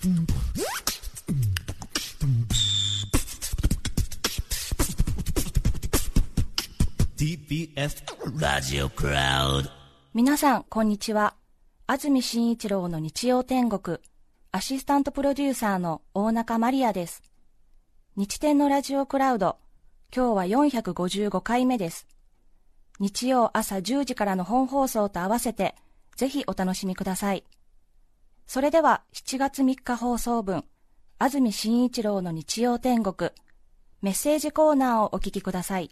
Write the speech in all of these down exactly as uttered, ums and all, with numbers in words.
ティービーエス ラジオクラウド。 皆さんこんにちは。安住紳一郎の日曜天国アシスタントプロデューサーの大中マリアです。日天のラジオクラウド、今日はよんひゃくごじゅうごかいめです。日曜朝じゅうじからの本放送と合わせてぜひお楽しみください。それではしちがつみっか放送分、安住紳一郎の日曜天国メッセージコーナーをお聞きください。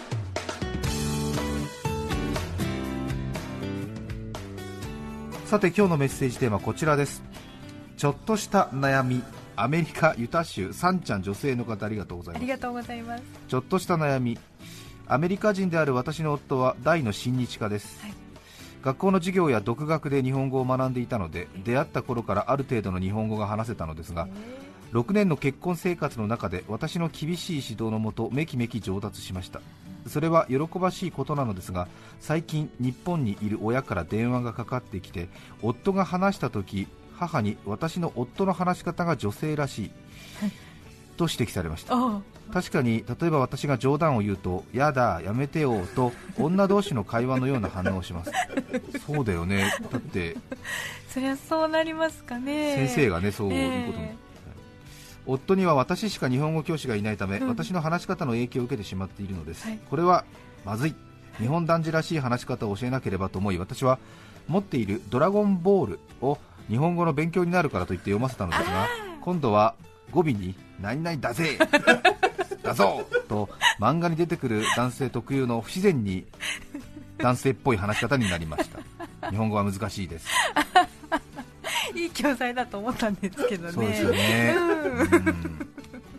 さて今日のメッセージテーマはこちらです。ちょっとした悩み。アメリカユタ州サンちゃん、女性の方、ありがとうございます。 ありがとうございます。 ちょっとした悩み。アメリカ人である私の夫は大の親日家です、はい、学校の授業や独学で日本語を学んでいたので、出会った頃からある程度の日本語が話せたのですが、ろくねんの結婚生活の中で私の厳しい指導のもとめきめき上達しました。それは喜ばしいことなのですが、最近日本にいる親から電話がかかってきて、夫が話したとき母に私の夫の話し方が女性らしいと指摘されました。確かに例えば私が冗談を言うと、やだやめてよと女同士の会話のような反応をしますそうだよね、だってそりゃそうなりますかね。 先生がね、そういうことに、えー、夫には私しか日本語教師がいないため、うん、私の話し方の影響を受けてしまっているのです、はい、これはまずい。日本男児らしい話し方を教えなければと思い、私は持っているドラゴンボールを日本語の勉強になるからと言って読ませたのですが、今度は語尾に何々だぜだぞと漫画に出てくる男性特有の不自然に男性っぽい話し方になりました日本語は難しいですいい教材だと思ったんですけどね。 そうですよね、うん、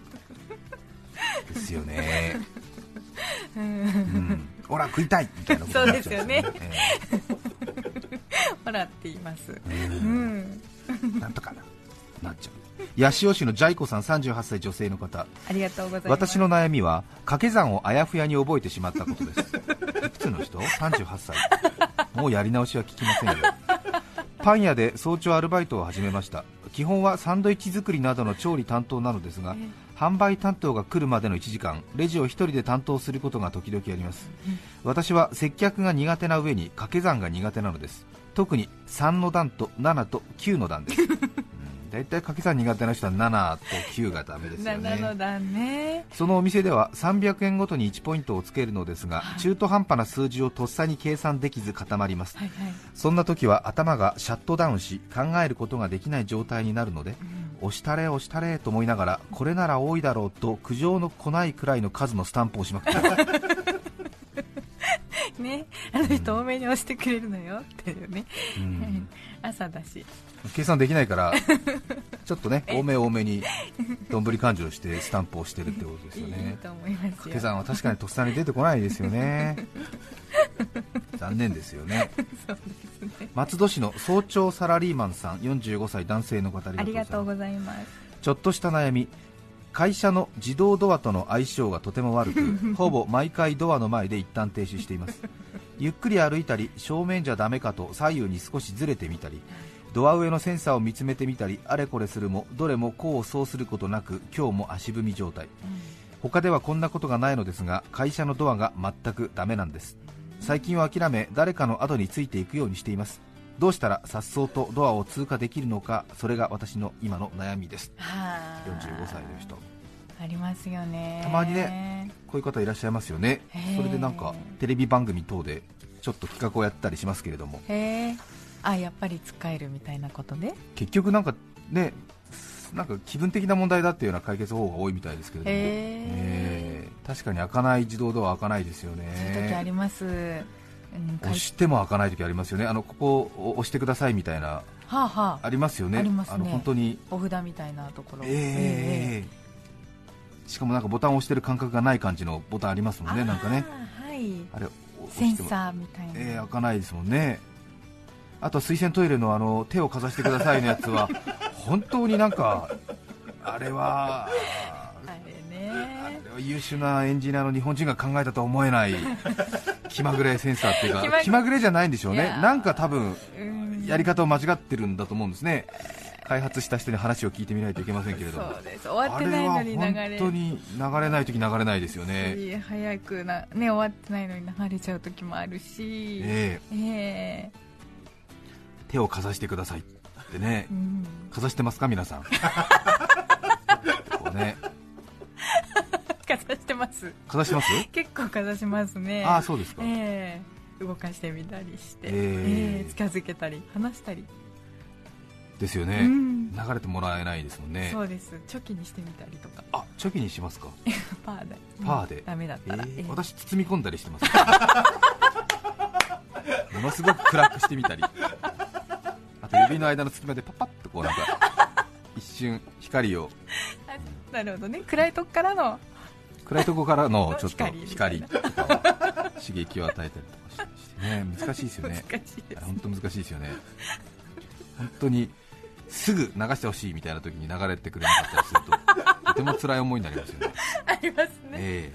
ですよね、うん、ほら食いたいみたいなことになっちゃうんですよね。そうですよね、えー、 ほらって言います、 うん、なんとかななっちゃう。八潮市のジャイコさん、さんじゅうはっさい女性の方、 ありがとうございます。 私の悩みは掛け算をあやふやに覚えてしまったことですいくつの人 ?さんじゅうはっさい。もうやり直しは聞きませんよ。パン屋で早朝アルバイトを始めました。基本はサンドイッチ作りなどの調理担当なのですが、販売担当が来るまでのいちじかん、レジを一人で担当することが時々あります。私は接客が苦手な上に掛け算が苦手なのです。特にさんの段とななときゅうの段ですだいたい掛け算苦手な人はななときゅうがダメですよね。 ななの段ね。 そのお店ではさんびゃくえんごとにいちポイントをつけるのですが、中途半端な数字をとっさに計算できず固まります、はいはい、そんな時は頭がシャットダウンし考えることができない状態になるので、うん、押したれ押したれと思いながら、これなら多いだろうと苦情の来ないくらいの数のスタンプをしまくってね、あの人多めに押してくれるのよっていうね、うん、朝だし計算できないからちょっとね多め多めにどんぶり勘定してスタンプをしてるってことですよね。 いいと思いますよ。 掛け算は確かにとっさに出てこないですよね残念ですよね。 そうですね。 松戸市の早朝サラリーマンさん、よんじゅうごさい男性の方、 ありがとうございます。 ちょっとした悩み。会社の自動ドアとの相性がとても悪くほぼ毎回ドアの前で一旦停止しています。ゆっくり歩いたり、正面じゃダメかと左右に少しずれてみたり、ドア上のセンサーを見つめてみたり、あれこれするもどれも功を奏することなく、今日も足踏み状態、うん、他ではこんなことがないのですが、会社のドアが全くダメなんです。最近は諦め、誰かの後についていくようにしています。どうしたら颯爽とドアを通過できるのか、それが私の今の悩みです。よんじゅうごさいの人ありますよね。 たまにね、こういう方いらっしゃいますよね。それでなんかテレビ番組等でちょっと企画をやったりしますけれども、 へー、あ、やっぱり使えるみたいなことで結局なんかね、なんか気分的な問題だっていうような解決方法が多いみたいですけれども、えー、確かに開かない自動ドア開かないですよね。 そういう時あります、うん、 押しても開かない時ありますよね。あのここを押してくださいみたいな、はあはあ、 ありますよね。 ありますね。 あの本当にお札みたいなところ、 えーえー、しかもなんかボタンを押してる感覚がない感じのボタンありますもんね。なんかね、 はい、 あれセンサーみたいな、 えー、開かないですもんね。あと水洗トイレのあの手をかざしてくださいのやつは本当になんかあれはあれね、あれは優秀なエンジニアの日本人が考えたとは思えない気まぐれセンサーっていうか気まぐれじゃないんでしょうね。なんか多分やり方を間違ってるんだと思うんですね。 開発した人に話を聞いてみないといけませんけれども、 そうです、終わってないのに流れ、 あれは本当に流れないとき流れないですよね。 早くな、ね、終わってないのに流れちゃうときもあるし、 えーえー、手をかざしてくださいってね、うん、かざしてますか皆さんこうねかざしてます。 かざしてます？ 結構かざしますね。 ああ、そうですか。 えー、動かしてみたりして、 えーえー、近づけたり離したりですよね、うん、流れてもらえないですもんね。 そうです、チョキにしてみたりとか。 あ、チョキにしますか？ パーで、 パーで、 うん、ダメだったら、 えーえー、 私包み込んだりしてますものすごく暗くしてみたり、あと指の間の隙間でパッパッとこうなんか一瞬光をなるほどね、暗いとこからの暗いとこからのちょっと光, 光とかを刺激を与えたりとかしてね、難しいですよね。 難しいです、 本当難しいですよね。本当にすぐ流してほしいみたいな時に流れてくれなかったりするととても辛い思いになりますよね。 ありますね、 え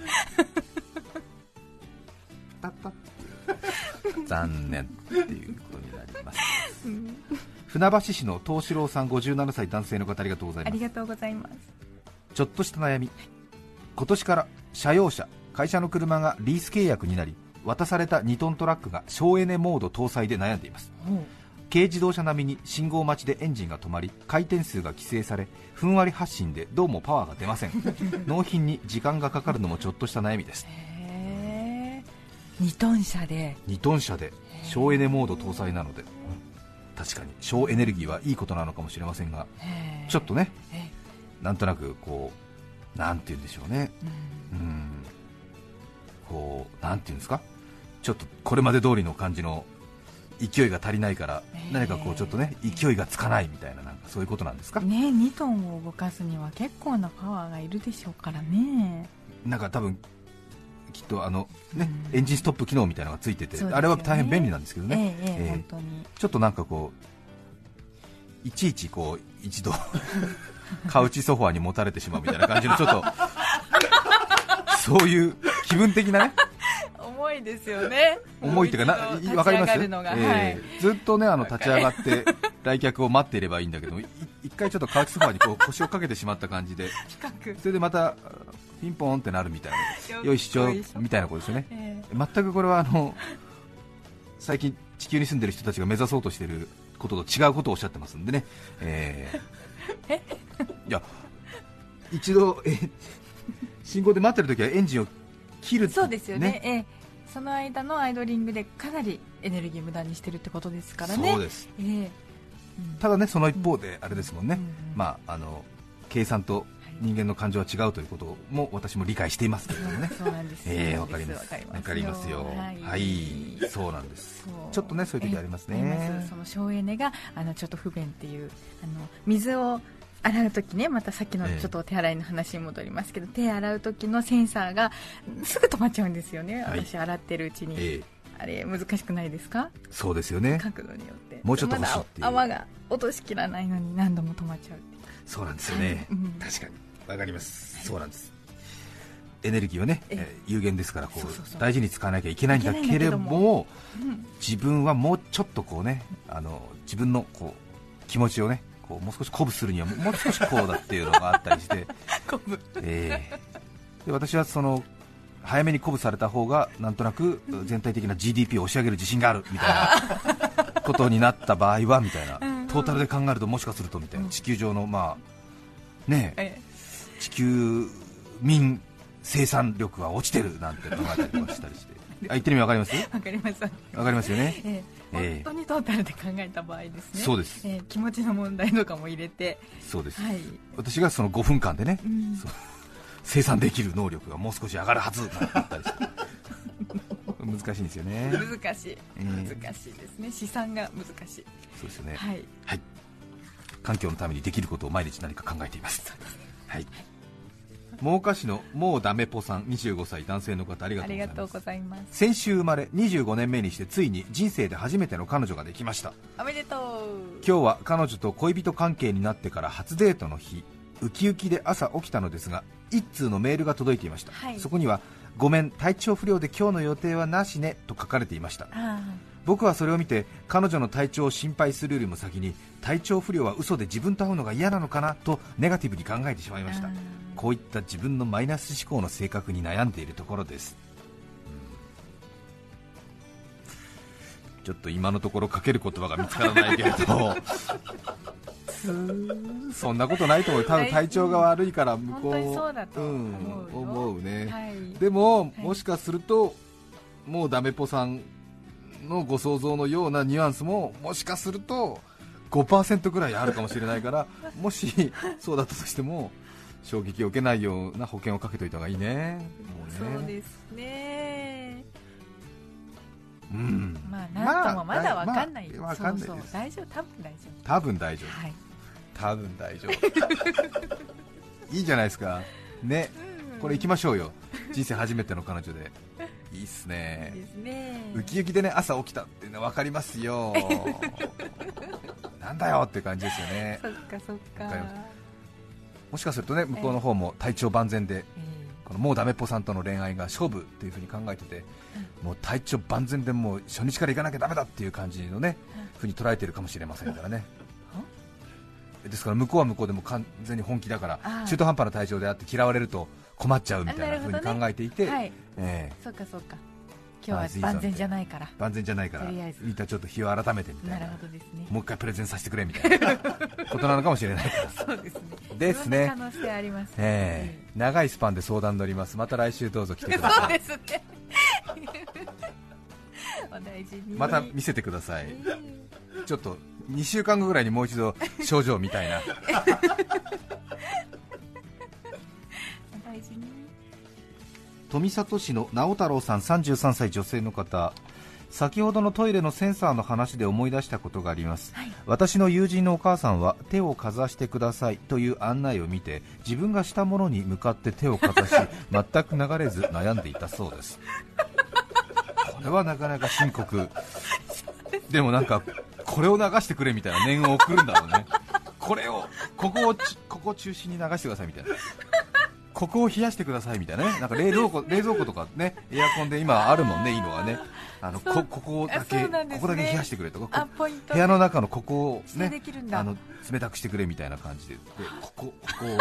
ー、たった残念っていうことになります、うん、船橋市の東四郎さんごじゅうななさい男性の方、ありがとうございます。 ありがとうございます。 ちょっとした悩み、今年から車用車、会社の車がリース契約になり、渡されたにトントラックが省エネモード搭載で悩んでいます。軽自動車並みに信号待ちでエンジンが止まり、回転数が規制され、ふんわり発進でどうもパワーが出ません納品に時間がかかるのもちょっとした悩みです。 へー、にトン車でにトン車で省エネモード搭載なので、確かに省エネルギーはいいことなのかもしれませんが、ちょっとね、なんとなくこう、なんて言うんでしょうね、うん、うん、こうなんて言うんですか、ちょっとこれまで通りの感じの勢いが足りないから、何かこうちょっとね、勢いがつかないみたいな、なんかそういうことなんですかね。にトンを動かすには結構なパワーがいるでしょうからね。 なんか多分きっとあの、ね、うん、エンジンストップ機能みたいなのがついてて、ね、あれは大変便利なんですけどね、 えーえー、本当にちょっとなんかこういちいちこう一度カウチソファーに持たれてしまうみたいな感じのちょっとそういう気分的なね重いですよね。 重いっていうかな、わかります、えーはい、ずっとね、あの立ち上がって来客を待っていればいいんだけど、一回ちょっとカウチソファーにこう腰をかけてしまった感じでそれでまたピンポンってなるみたいな、よいしょみたいなことですよね、えー、全くこれはあの最近地球に住んでる人たちが目指そうとしていることと違うことをおっしゃってますんでね、えー、いや一度え信号で待ってるときはエンジンを切るって、ね、 そうですよね、えー、その間のアイドリングでかなりエネルギー無駄にしてるってことですからね。 そうです、 えーうん、 ただね、その一方であれですもんね、うんうんうん、まあ、あの計算と人間の感情は違うということも私も理解していますけれどもね。 そうなんです。 えー、わかります。わかりますよ。はい、はい、そうなんです。ちょっとね、そういう時ありますね。 その省エネがあのちょっと不便っていう、あの水を洗うときね、またさっきのちょっとお手洗いの話に戻りますけど、えー、手洗うときのセンサーがすぐ止まっちゃうんですよね。私洗ってるうちに、えー、あれ難しくないですか？ そうですよね。 角度によってもうちょっと欲しいっていう。 まだ泡が落としきらないのに何度も止まっちゃう。 そうなんですよね。うん、確かに。わかります、はい、そうなんです。エネルギーはね、えー、有限ですからこうそうそうそう大事に使わなきゃいけないんだけれども、うん、自分はもうちょっとこうね、あの自分のこう気持ちをね、こうもう少し鼓舞するにはもう少しこうだっていうのがあったりして鼓舞、 えー、で私はその早めに鼓舞された方がなんとなく全体的な ジーディーピー を押し上げる自信があるみたいなことになった場合はみたいなトータルで考えるともしかするとみたいな、地球上のまあねえ、地球民生産力は落ちてるなんて考えたりとかしたりしてあ、言ってる意味わかります？ わかります。 わかりますよね、 えー、本当にトータルで考えた場合ですね。 そうです、 えー、気持ちの問題とかも入れて、 そうです、 はい、 私がそのごふんかんでね、うん、生産できる能力がもう少し上がるはずなんて言ったりして難しいんですよね。 難しい、えー、難しいですね。試算が難しい。 そうですよね、 はい、 はい、環境のためにできることを毎日何か考えています。 そうですね、 はい、真岡市のもうダメポさんにじゅうごさい男性の方、ありがとうございます。先週生まれにじゅうごねんめにしてついに人生で初めての彼女ができました。 おめでとう。 今日は彼女と恋人関係になってから初デートの日、ウキウキで朝起きたのですが一通のメールが届いていました、はい、そこにはごめん体調不良で今日の予定はなしねと書かれていました。 僕はそれを見て彼女の体調を心配するよりも先に体調不良は嘘で自分と会うのが嫌なのかなとネガティブに考えてしまいました。こういった自分のマイナス思考の性格に悩んでいるところです、うん、ちょっと今のところかける言葉が見つからないけれどそんなことないと思う。多分体調が悪いから向こう、 本当にそうだと思う、うん、 思うね、 はい、 でも、 はい、 もしかするともうダメポさんのご想像のようなニュアンスももしかすると ごパーセント ぐらいあるかもしれないからもしそうだったとしても衝撃を受けないような保険をかけといた方がいいね。もうね、 そうですね、 うん、 まあなんともまだわかんない、 まあまあ、そうそう大丈夫、多分大丈夫、 多分大丈夫、 はい、 多分大丈夫いいじゃないですかね、うん、これ行きましょうよ、人生初めての彼女でいいっすね。いいですね。ウキウキでね朝起きたっていうのは分かりますよなんだよって感じですよね。 そっかそっか。 もしかするとね向こうの方も体調万全で、えー、このもうダメっぽさんとの恋愛が勝負っていう風に考えてて、うん、もう体調万全でもう初日から行かなきゃダメだっていう感じのね、うん、風に捉えてるかもしれませんからね、うん、ですから向こうは向こうでも完全に本気だから中途半端な体調であって嫌われると困っちゃうみたいな風に考えていて、ね、はい、えー、 そうかそうか、今日は万全じゃないから万全じゃないからみんなちょっと日を改めてみたい な, なるほどです、ね、 もう一回プレゼンさせてくれみたいなことなのかもしれないからそうですねですね、 可能性ありますね、 えー、長いスパンで相談乗ります。また来週どうぞ来てください。 そうですねお大事に。 また見せてください、えー、ちょっとにしゅうかんごぐらいにもう一度症状みたいなお大事に。 富里市の直太郎さんさんじゅうさんさい女性の方、先ほどのトイレのセンサーの話で思い出したことがあります、はい、私の友人のお母さんは手をかざしてくださいという案内を見て自分がしたものに向かって手をかざし全く流れず悩んでいたそうですこれはなかなか深刻でもなんかこれを流してくれみたいな念を送るんだろうねこれをここをここを中心に流してくださいみたいな、ここを冷やしてくださいみたいなね、なんか冷蔵庫、冷蔵庫とかね、エアコンで今あるもんね、いいのはね、あの こ, ここだけ、ね、ここだけ冷やしてくれとか、部屋の中のここをね、あの冷たくしてくれみたいな感じで、でここ、ここを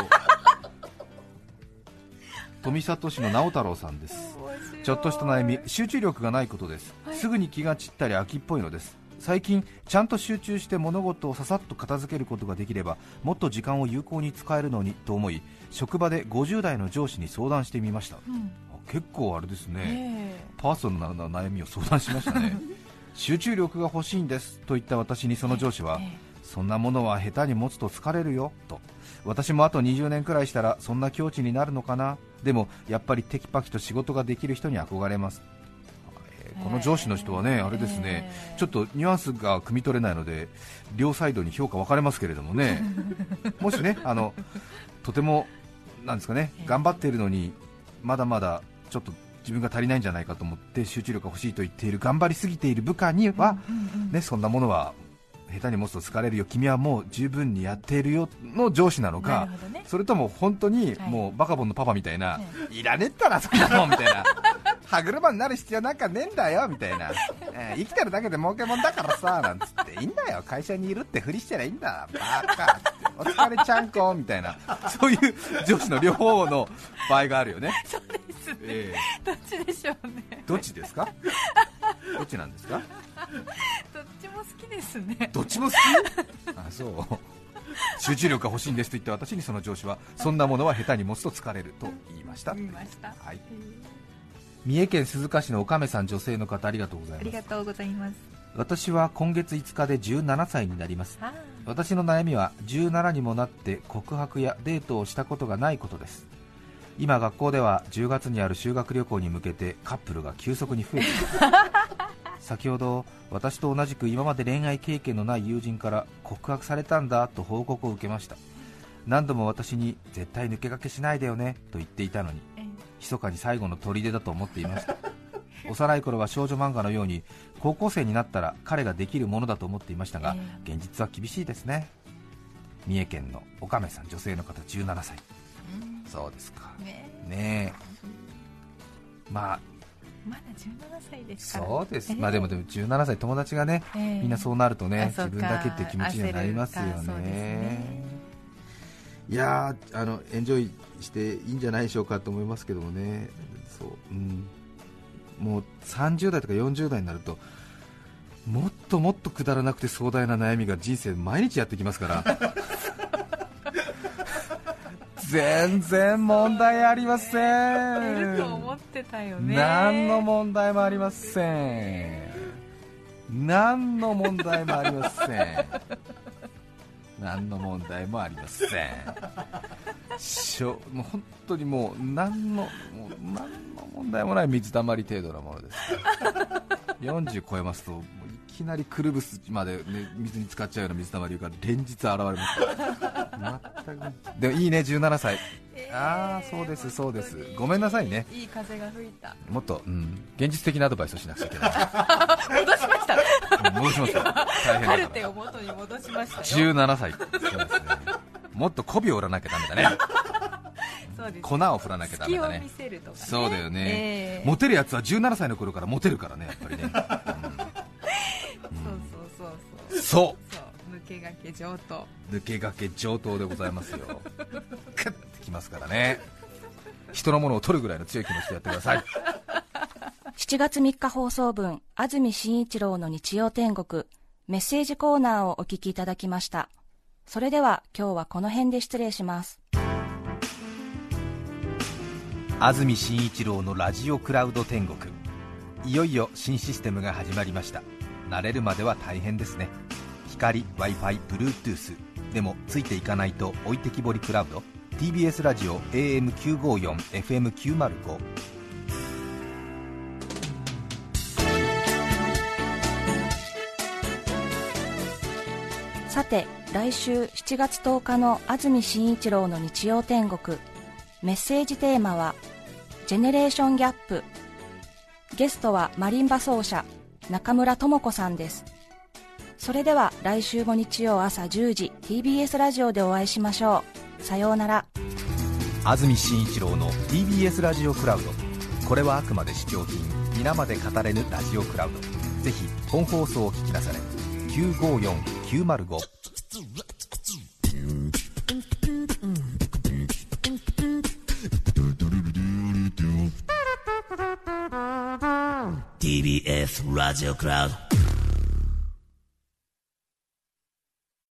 富里市の直太郎さんです。ちょっとした悩み、集中力がないことです、はい、すぐに気が散ったり飽きっぽいのです。最近ちゃんと集中して物事をささっと片付けることができればもっと時間を有効に使えるのにと思い、職場でごじゅう代の上司に相談してみました、うん、結構あれですね、パーソナルな悩みを相談しましたね集中力が欲しいんですと言った私にその上司は、そんなものは下手に持つと疲れるよと。私もあとにじゅうねんくらいしたらそんな境地になるのかな。でもやっぱりテキパキと仕事ができる人に憧れます。この上司の人はね、あれですね、ちょっとニュアンスが汲み取れないので両サイドに評価分かれますけれどもねもしね、あのとてもなんですかね、頑張っているのにまだまだちょっと自分が足りないんじゃないかと思って集中力が欲しいと言っている、頑張りすぎている部下には、ね、そんなものは下手に持つと疲れるよ、君はもう十分にやっているよの上司なのか、ね、それとも本当にもうバカボンのパパみたいな、はい、いらねったらそんなもんみたいな歯車になる必要なんかねえんだよみたいな、えー、生きてるだけで儲けもんだからさなんつって、いいんだよ会社にいるってふりしてりゃいいんだバカってお疲れちゃんこみたいな、そういう上司の両方の場合があるよね。 そうですね、えー、どっちでしょうね。 どっちですかどっちなんですか。 どっちも好きですね。 どっちも好きあ、そう集中力が欲しいんですと言った私にその上司は、そんなものは下手に持つと疲れると言いました。 言いました、 はい。三重県鈴鹿市のおかめさん、女性の方、ありがとうございます。 ありがとうございます。 私は今月いつかでじゅうななさいになります。私の悩みはじゅうななにもなって告白やデートをしたことがないことです。今学校ではじゅうがつにある修学旅行に向けてカップルが急速に増えています先ほど私と同じく今まで恋愛経験のない友人から告白されたんだと報告を受けました。何度も私に絶対抜け駆けしないでよねと言っていたのに、密かに最後の砦だと思っていました幼い頃は少女漫画のように高校生になったら彼ができるものだと思っていましたが、現実は厳しいですね。三重県のおかめさん、女性の方、じゅうななさい。そうですかねえ、まあまだじゅうななさいですから。 そうです、 えー、 まあでもでもじゅうななさい友達がね、えー、みんなそうなるとね自分だけって気持ちになりますよね。 そうですね。 いやーあのエンジョイしていいんじゃないでしょうかと思いますけどもね。そう、うん、もうさんじゅう代とかよんじゅう代になるともっともっとくだらなくて壮大な悩みが人生毎日やってきますから全然問題ありません。 出ると思ってたよね。 何の問題もありません。何の問題もありません。何の問題もありません。しょもう本当にもう何のもう何の問題もない水たまり程度なものです。よんじゅう超えますともういきなりくるぶすまで、ね、水に浸かっちゃうような水たまりが連日現れます。全くでもいいねじゅうななさい、えー、ああそうですそうです。ごめんなさいね。 いい風が吹いた。 もっと、うん、現実的なアドバイスをしなくちゃいけない戻しました、 うん、戻しました。大変だカルテを元に戻しましたよ。 じゅうななさい。そうですね。もっと媚びを売らなきゃダメだね。 そうですね、 粉を振らなきゃダメだね。 隙を見せるとかね。 そうだよね、 えー、 モテるやつはじゅうななさいの頃からモテるからねやっぱりね、うん、 そうそうそうそうそうそう抜け駆け上等抜け駆け上等でございますよクッてきますからね。人のものを取るぐらいの強い気持ちでやってください。 しちがつみっか放送分、安住紳一郎の日曜天国メッセージコーナーをお聞きいただきました。それでは今日はこの辺で失礼します。 安住紳一郎のラジオクラウド天国、いよいよ新システムが始まりました。慣れるまでは大変ですね。光、Wi-Fi、Bluetooth でもついていかないと置いてきぼりクラウド。 ティービーエス ラジオ エーエムきゅうごよん エフエムきゅうまるご。 さて来週しちがつとおかの安住紳一郎の日曜天国、メッセージテーマはジェネレーションギャップ。ゲストはマリンバ奏者中村智子さんです。それでは来週も日曜朝じゅうじ ティービーエス ラジオでお会いしましょう。さようなら。 安住紳一郎の ティービーエス ラジオクラウド。これはあくまで試供品、皆まで語れぬラジオクラウド。ぜひ本放送を聞きなされ。きゅうごよんきゅうまるご。 ティービーエス ラジオクラウド。